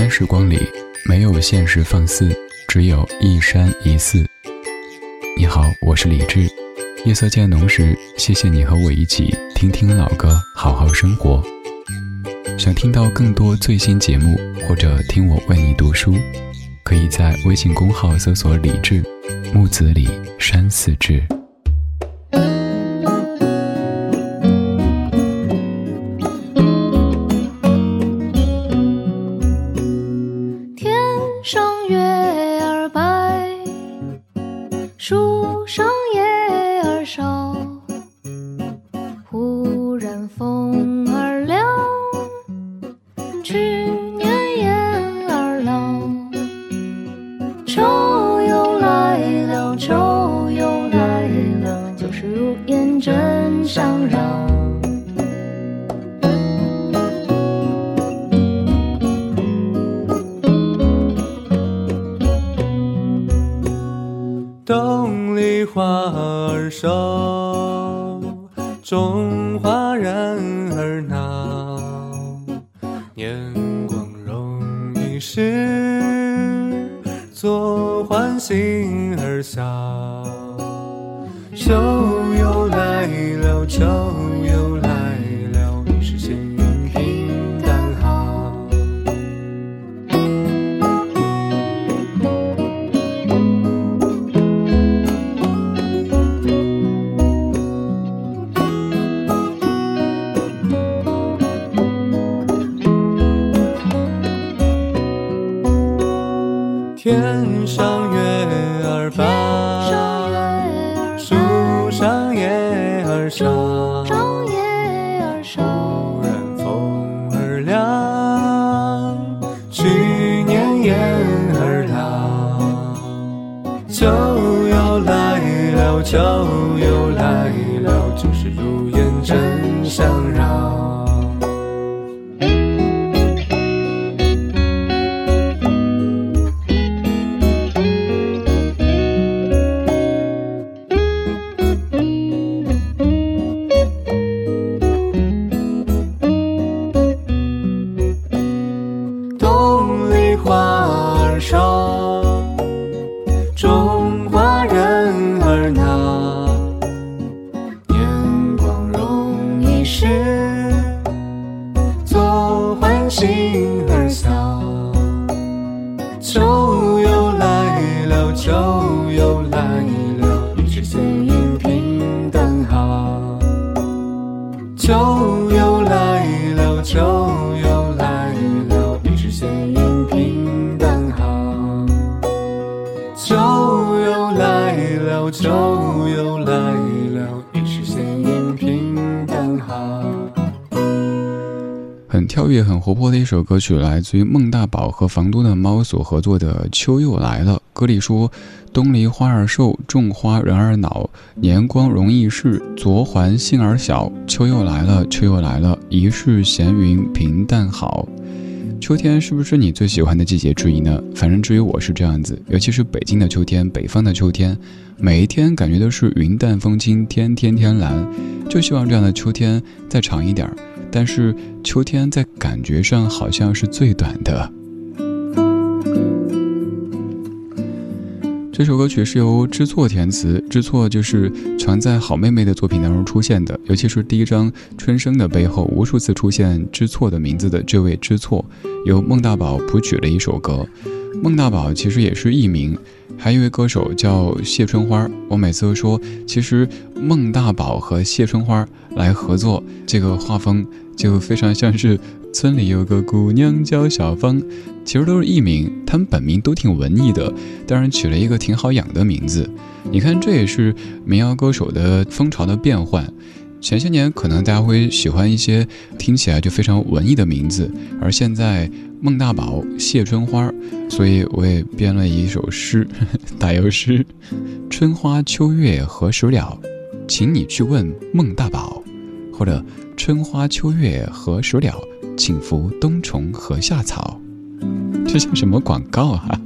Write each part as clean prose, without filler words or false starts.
安时光里没有现实放肆，只有一山一寺。你好，我是李志。夜色渐浓时，谢谢你和我一起听听老歌，好好生活。想听到更多最新节目，或者听我为你读书，可以在微信公号搜索李志，木子李，山寺志。 冬里花儿瘦，种花人儿闹，年光容易逝，做欢心儿笑。秋又来了，秋又来了，已是闲云平淡好。天上月儿白，树上叶儿少，忽然风儿凉，去年燕儿老。秋又来了，秋又来了，就是如烟真相绕。种花人儿闹，年光容易逝，做欢心儿笑。秋又来了，秋又来了，已是闲云平淡好。秋又来了，秋又来了，已是闲云平淡好。秋又来了，秋又来了，已是闲云平淡好。 很跳跃很活泼的一首歌曲，来自于孟大宝和房东的猫所合作的《秋又来了》。歌里说，冬离花儿瘦，种花人儿恼，年光容易逝，昨还杏儿小。秋又来了，秋又来了，一世闲云平淡好。秋天是不是你最喜欢的季节之一呢？反正至于我是这样子，尤其是北京的秋天，北方的秋天，每一天感觉都是云淡风轻，天天天蓝，就希望这样的秋天再长一点，但是秋天在感觉上好像是最短的。这首歌曲是由知错填词，知错就是常在好妹妹的作品当中出现的，尤其是第一张春生的背后无数次出现知错的名字的这位知错，由孟大宝谱曲了一首歌。孟大宝其实也是艺名，还有一位歌手叫谢春花。我每次都说，其实孟大宝和谢春花来合作，这个画风就非常像是村里有个姑娘叫小芳，其实都是艺名，他们本名都挺文艺的，当然取了一个挺好养的名字。你看，这也是民谣歌手的风潮的变换。前些年可能大家会喜欢一些听起来就非常文艺的名字，而现在孟大宝、谢春花，所以我也编了一首诗，打油诗：春花秋月何时了，请你去问孟大宝。或者春花秋月何时了，请扶冬虫禾下草。这像什么广告啊？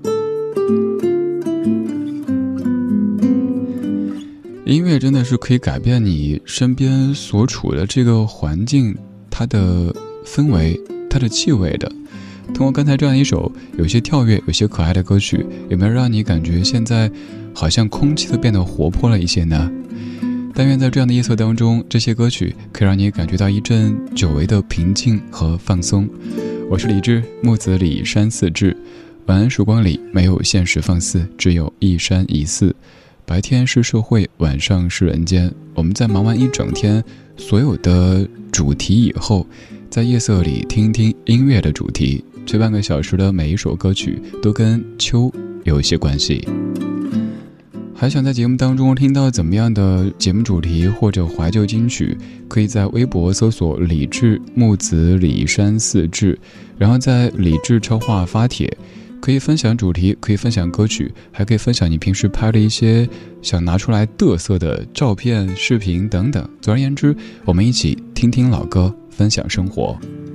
音乐真的是可以改变你身边所处的这个环境，它的氛围，它的气味的。 通过刚才这样一首有些跳跃有些可爱的歌曲，有没有让你感觉现在好像空气都变得活泼了一些呢？但愿在这样的夜色当中，这些歌曲可以让你感觉到一阵久违的平静和放松。我是李志，木子李山寺志。晚安曙光里没有现实放肆，只有一山一寺。白天是社会，晚上是人间。我们在忙完一整天所有的主题以后，在夜色里听听音乐的主题。这半个小时的每一首歌曲都跟秋有一些关系。还想在节目当中听到怎么样的节目主题或者怀旧金曲，可以在微博搜索李志木子李山寺志，然后在李志超话发帖，可以分享主题，可以分享歌曲，还可以分享你平时拍的一些想拿出来嘚瑟的照片视频等等。总而言之，我们一起听听老歌，分享生活。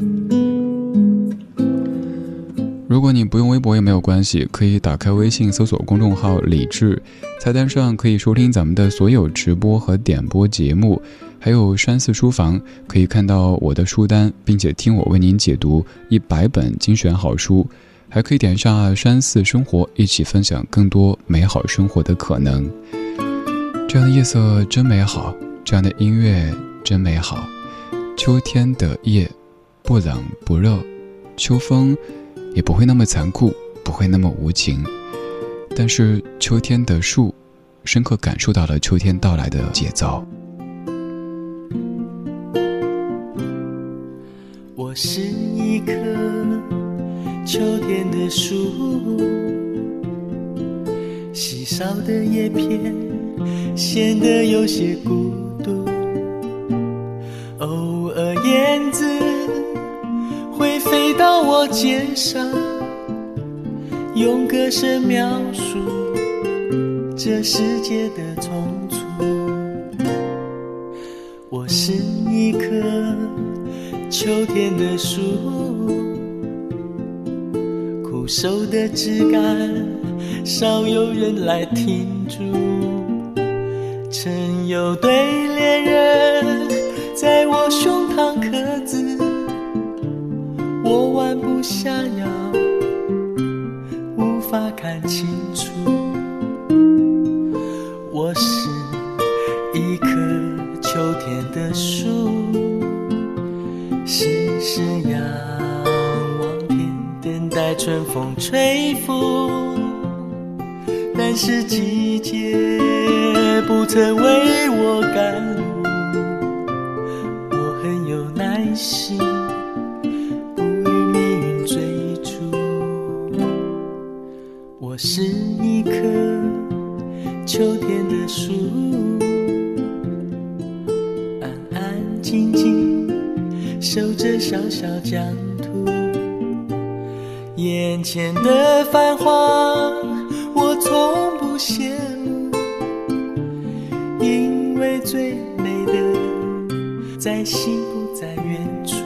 如果你不用微博也没有关系，可以打开微信搜索公众号李志，菜单上可以收听咱们的所有直播和点播节目，还有山寺书房可以看到我的书单，并且听我为您解读100本精选好书，还可以点上山寺生活，一起分享更多美好生活的可能。这样的夜色真美好，这样的音乐真美好。秋天的夜不冷不热，秋风也不会那么残酷，不会那么无情，但是秋天的树深刻感受到了秋天到来的节奏。 我是一棵秋天的树，稀少的叶片显得有些孤独，偶尔燕子会飞到我肩上，用歌声描述这世界的匆促。我是一棵秋天的树，枯瘦的枝干少有人来停驻，曾有对恋人在我胸膛刻字，我弯不下腰，无法看清楚。我是一棵秋天的树，时时仰望天，等待春风吹拂，但是季节不曾为我赶路。我很有耐心，我是一棵秋天的树，安安静静守着小小疆土。眼前的繁华我从不羡慕，因为最美的在心不在远处。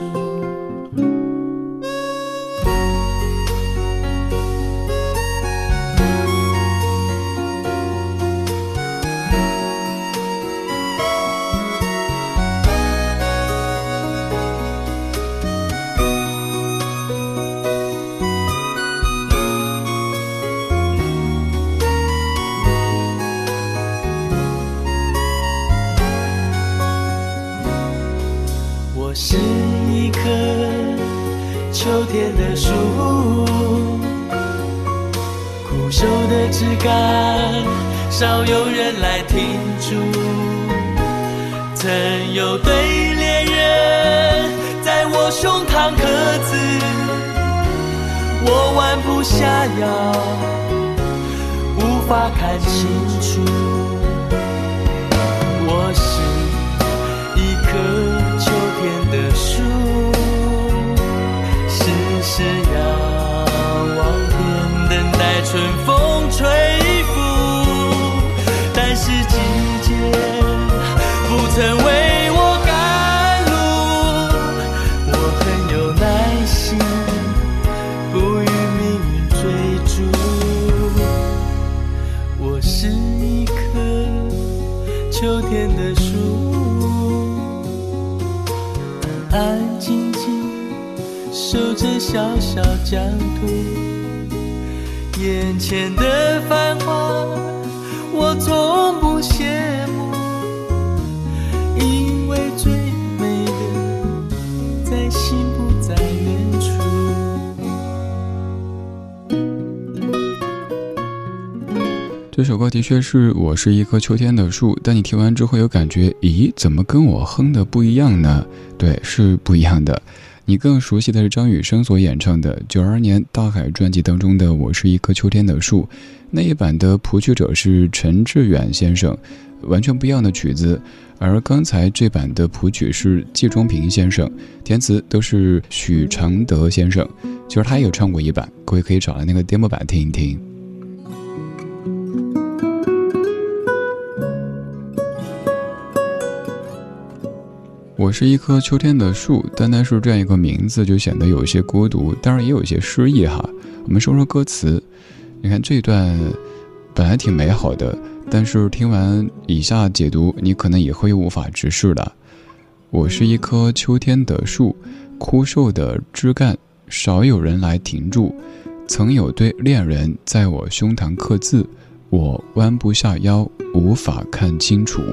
我是一棵秋天的树，枯瘦的枝干少有人来停驻，曾有对恋人在我胸膛刻字，我弯不下腰，无法看清楚。我是一棵秋天的树，时时仰望天，等待春风吹拂，但是季节不曾为我赶路。我很有耐心，不与命运追逐。我是一棵秋天的树，安安静静守着小小家。 角度，眼前的繁华我从不羡慕，因为最美的在心不在远处。 这首歌的确是我是一棵秋天的树，但你听完之后有感觉，咦，怎么跟我哼的不一样呢？对，是不一样的。你更熟悉的是张雨生所演唱的92年大海专辑当中的我是一棵秋天的树，那一版的谱曲者是陈志远先生，完全不一样的曲子。而刚才这版的谱曲是季中平先生，填词都是许常德先生，其实他也有唱过一版，各位可以找来那个 demo 版听一听。我是一棵秋天的树，单单是这样一个名字就显得有些孤独，当然也有些诗意哈。我们说说歌词，你看这段本来挺美好的，但是听完以下解读，你可能也会无法直视了。我是一棵秋天的树，枯瘦的枝干少有人来停住，曾有对恋人在我胸膛刻字，我弯不下腰，无法看清楚。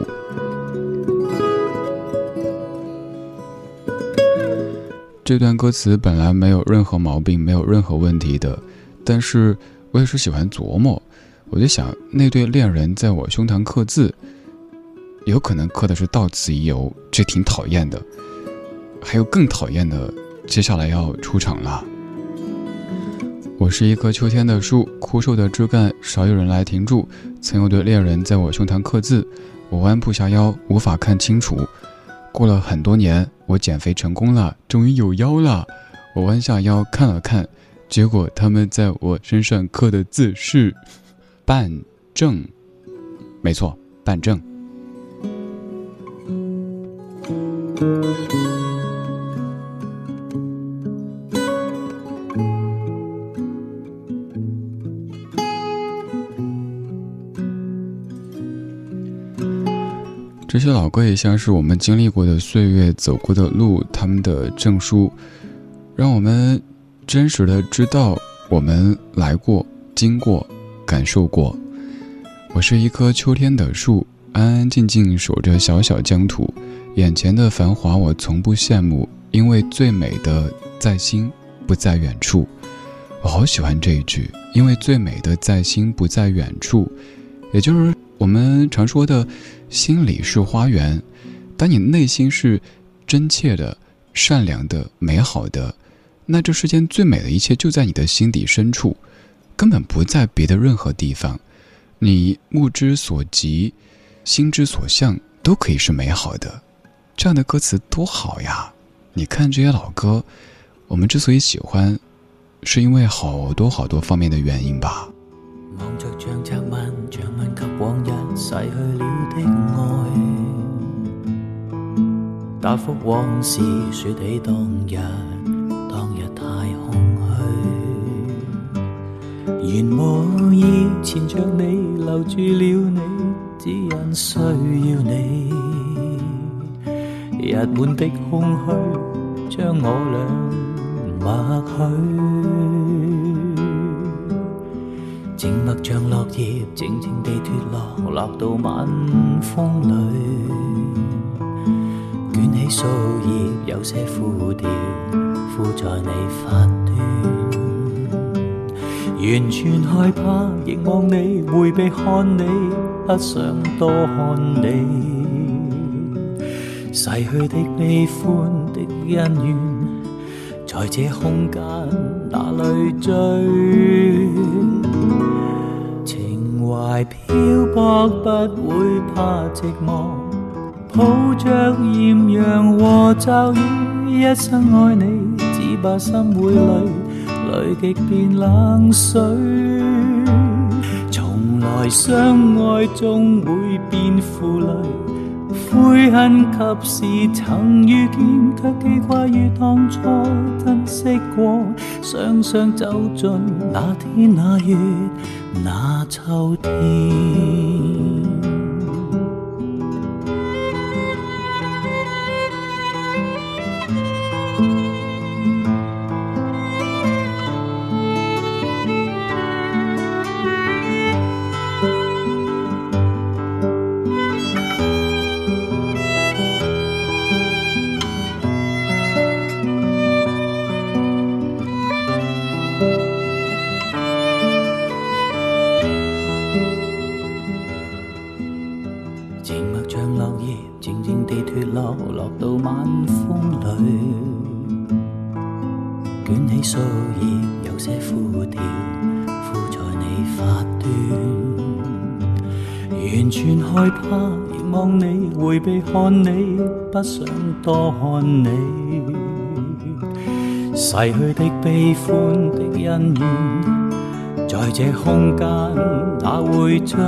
这段歌词本来没有任何毛病，没有任何问题的，但是我也是喜欢琢磨，我就想那对恋人在我胸膛刻字，有可能刻的是到此一游，这挺讨厌的。还有更讨厌的，接下来要出场了。我是一棵秋天的树，枯瘦的枝干少有人来停住，曾有对恋人在我胸膛刻字，我弯不下腰，无法看清楚。过了很多年，我减肥成功了，终于有腰了。我弯下腰看了看，结果他们在我身上刻的字是办证。没错，办证。这些老歌也像是我们经历过的岁月，走过的路，他们的证书，让我们真实的知道我们来过，经过，感受过。我是一棵秋天的树，安安静静守着小小疆土，眼前的繁华我从不羡慕，因为最美的在心不在远处。我好喜欢这一句，因为最美的在心不在远处，也就是我们常说的心里是花园，当你内心是真切的、善良的、美好的，那这世间最美的一切就在你的心底深处，根本不在别的任何地方。你目之所及、心之所向都可以是美好的，这样的歌词多好呀！你看这些老歌，我们之所以喜欢，是因为好多好多方面的原因吧。 望着像責問及往日逝去了的愛，答覆往事說起當日太空虛，原無意纏着你，留住了你，只因需要你。日滿的空虛將我倆默許，靜默像落葉靜靜地脫落，落到晚風裏，捲起樹葉有些枯掉，枯在你髮端，完全害怕凝望你，迴避看你，不想多看你，逝去的悲歡的恩怨，在這空間哪裏追？情懷漂泊不會怕寂寞，抱着豔陽和驟雨，一生愛你，只怕心會累，累極變冷水。從來相愛終會變負累，悔恨及時曾遇見，卻記掛於當初珍惜過，雙雙走進那天那月那秋天。 些枯掉，附在你发端，完全害怕凝望你，回避看你，不想多看你。逝去的悲歡的恩怨，在這空間哪會追？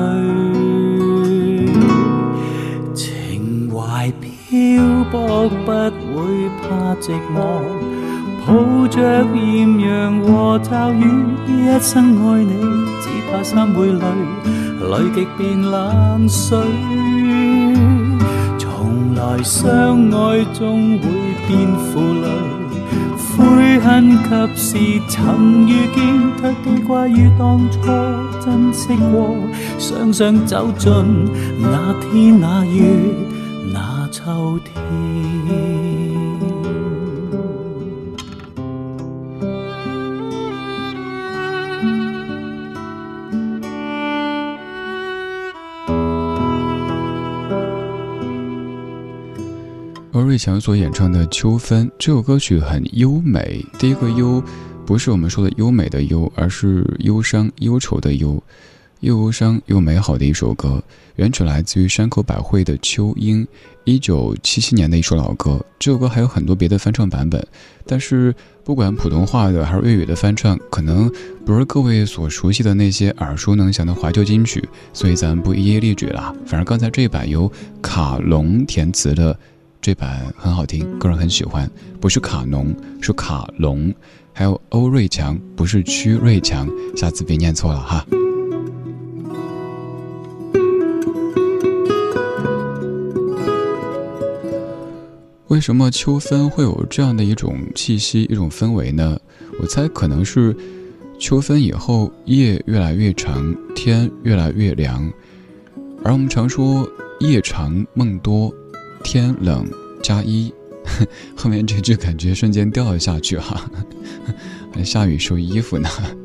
情懷漂泊不會怕寂寞，抱着豔陽和驟雨，一生愛你，只怕心會累，累極變冷水。從來相愛終會變負累，悔恨及時曾遇見，卻記掛於當初珍惜過，想想走進那天那月那秋天。 瑞强所演唱的《秋分》这首歌曲很优美，第一个忧不是我们说的优美的忧，而是忧伤忧愁的忧，又忧伤又美好的一首歌。原曲来自于山口百惠的《秋莺》，1977年的一首老歌。这首歌还有很多别的翻唱版本，但是不管普通话的还是粤语的翻唱，可能不是各位所熟悉的那些耳熟能详的怀旧金曲，所以咱们不一一列举了。反正刚才这一版由卡龙填词的这版很好听，个人很喜欢，不是卡农，是卡龙。还有欧瑞强，不是屈瑞强，下次别念错了哈。为什么秋分会有这样的一种气息，一种氛围呢？我猜可能是秋分以后，夜越来越长，天越来越凉，而我们常说夜长梦多，天冷加衣，后面这句感觉瞬间掉了下去哈，还下雨收衣服呢。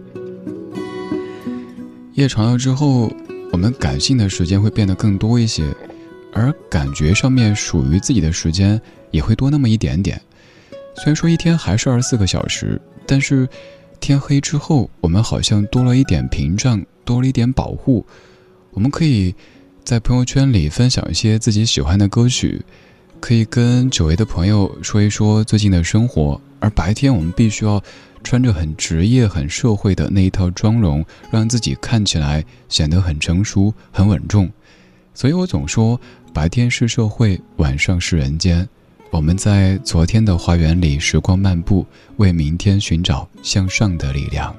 夜长了之后，我们感性的时间会变得更多一些，而感觉上面属于自己的时间也会多那么一点点。虽然说一天还是24个小时，但是天黑之后，我们好像多了一点屏障，多了一点保护。我们可以在朋友圈里分享一些自己喜欢的歌曲，可以跟久违的朋友说一说最近的生活，而白天我们必须要穿着很职业很社会的那一套妆容，让自己看起来显得很成熟很稳重。所以我总说白天是社会，晚上是人间。我们在昨天的花园里时光漫步，为明天寻找向上的力量。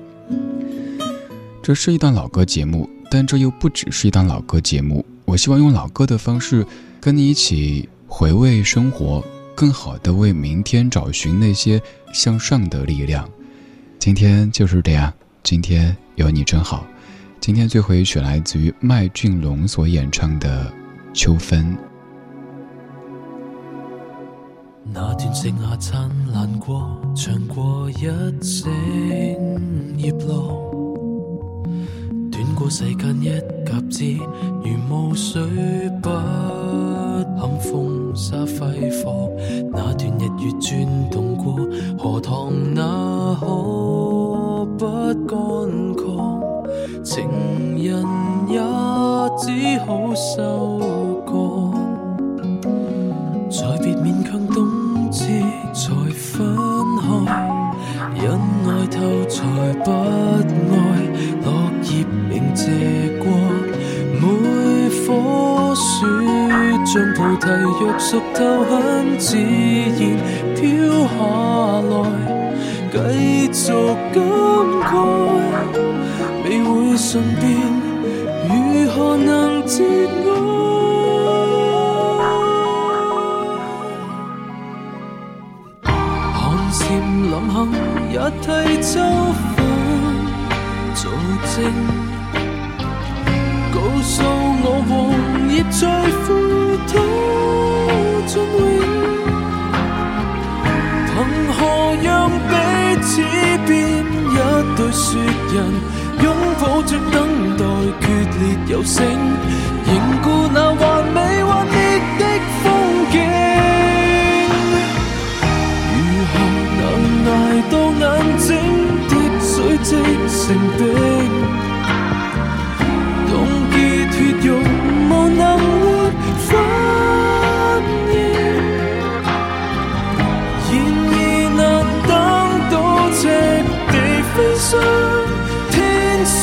这是一档老歌节目，但这又不只是一档老歌节目。我希望用老歌的方式跟你一起回味生活，更好地为明天找寻那些向上的力量。今天就是这样，今天有你真好。今天最后一曲来自于麦浚龙所演唱的《秋分》。 那段盛夏燦爛過，長過一整葉路，短過世間一甲子，如霧水不堪風沙揮霍。那段日月轉動過，荷塘那可不乾涸，情人也只好收割。再別勉強冬至才分開，因愛透才不愛，落葉明謝過，每棵樹像菩提若熟透很自然飄下來，繼續感慨，未會順便，如何能節哀？臨行也替秋分做證，告訴我黃葉在枯土盡永，憑何讓彼此變一對雪人，擁抱着等待決裂有聲，凝固那還未幻滅的風景。捱到眼睛跌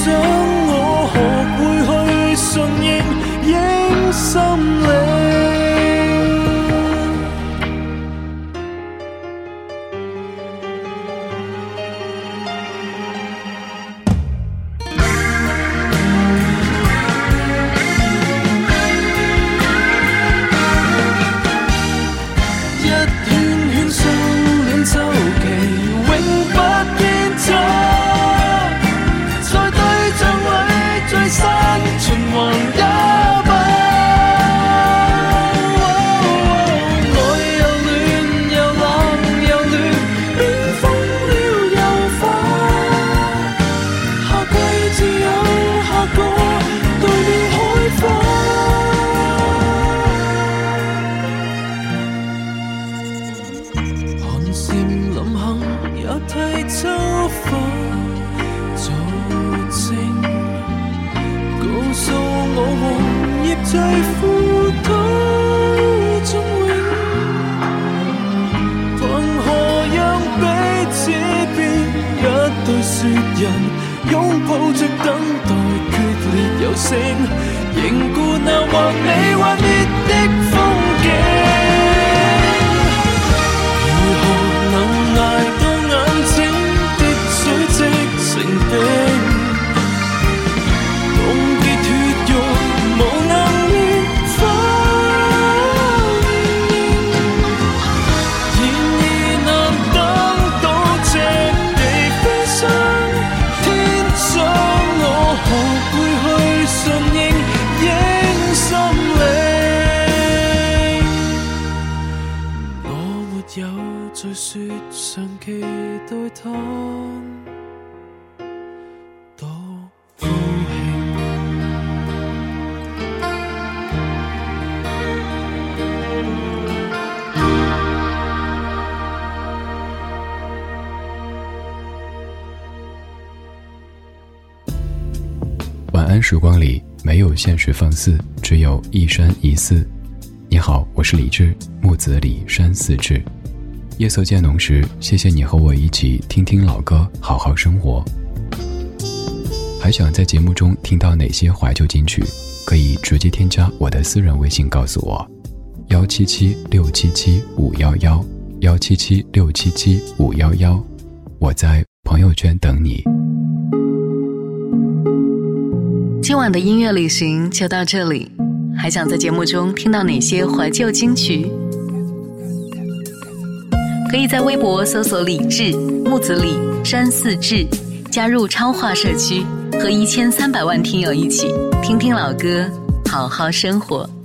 想我學會去順應應心領。在苦土中永，憑何讓彼此變一對雪人，擁抱着等待決裂有聲，凝固那或你或滅的風景。如何能捱到眼睛的水積成冰？在雪上期待它多高興。 晚安时光里没有现实放肆，只有一山一寺。你好，我是李志，木子李山寺志。夜色渐浓时，谢谢你和我一起听听老歌，好好生活。还想在节目中听到哪些怀旧金曲，可以直接添加我的私人微信告诉我，177677511，177677511，我在朋友圈等你。 今晚的音乐旅行就到这里，还想在节目中听到哪些怀旧金曲？可以在微博搜索李志、木子李、山寺志，加入超话社区，和1300万听友一起听听老歌，好好生活。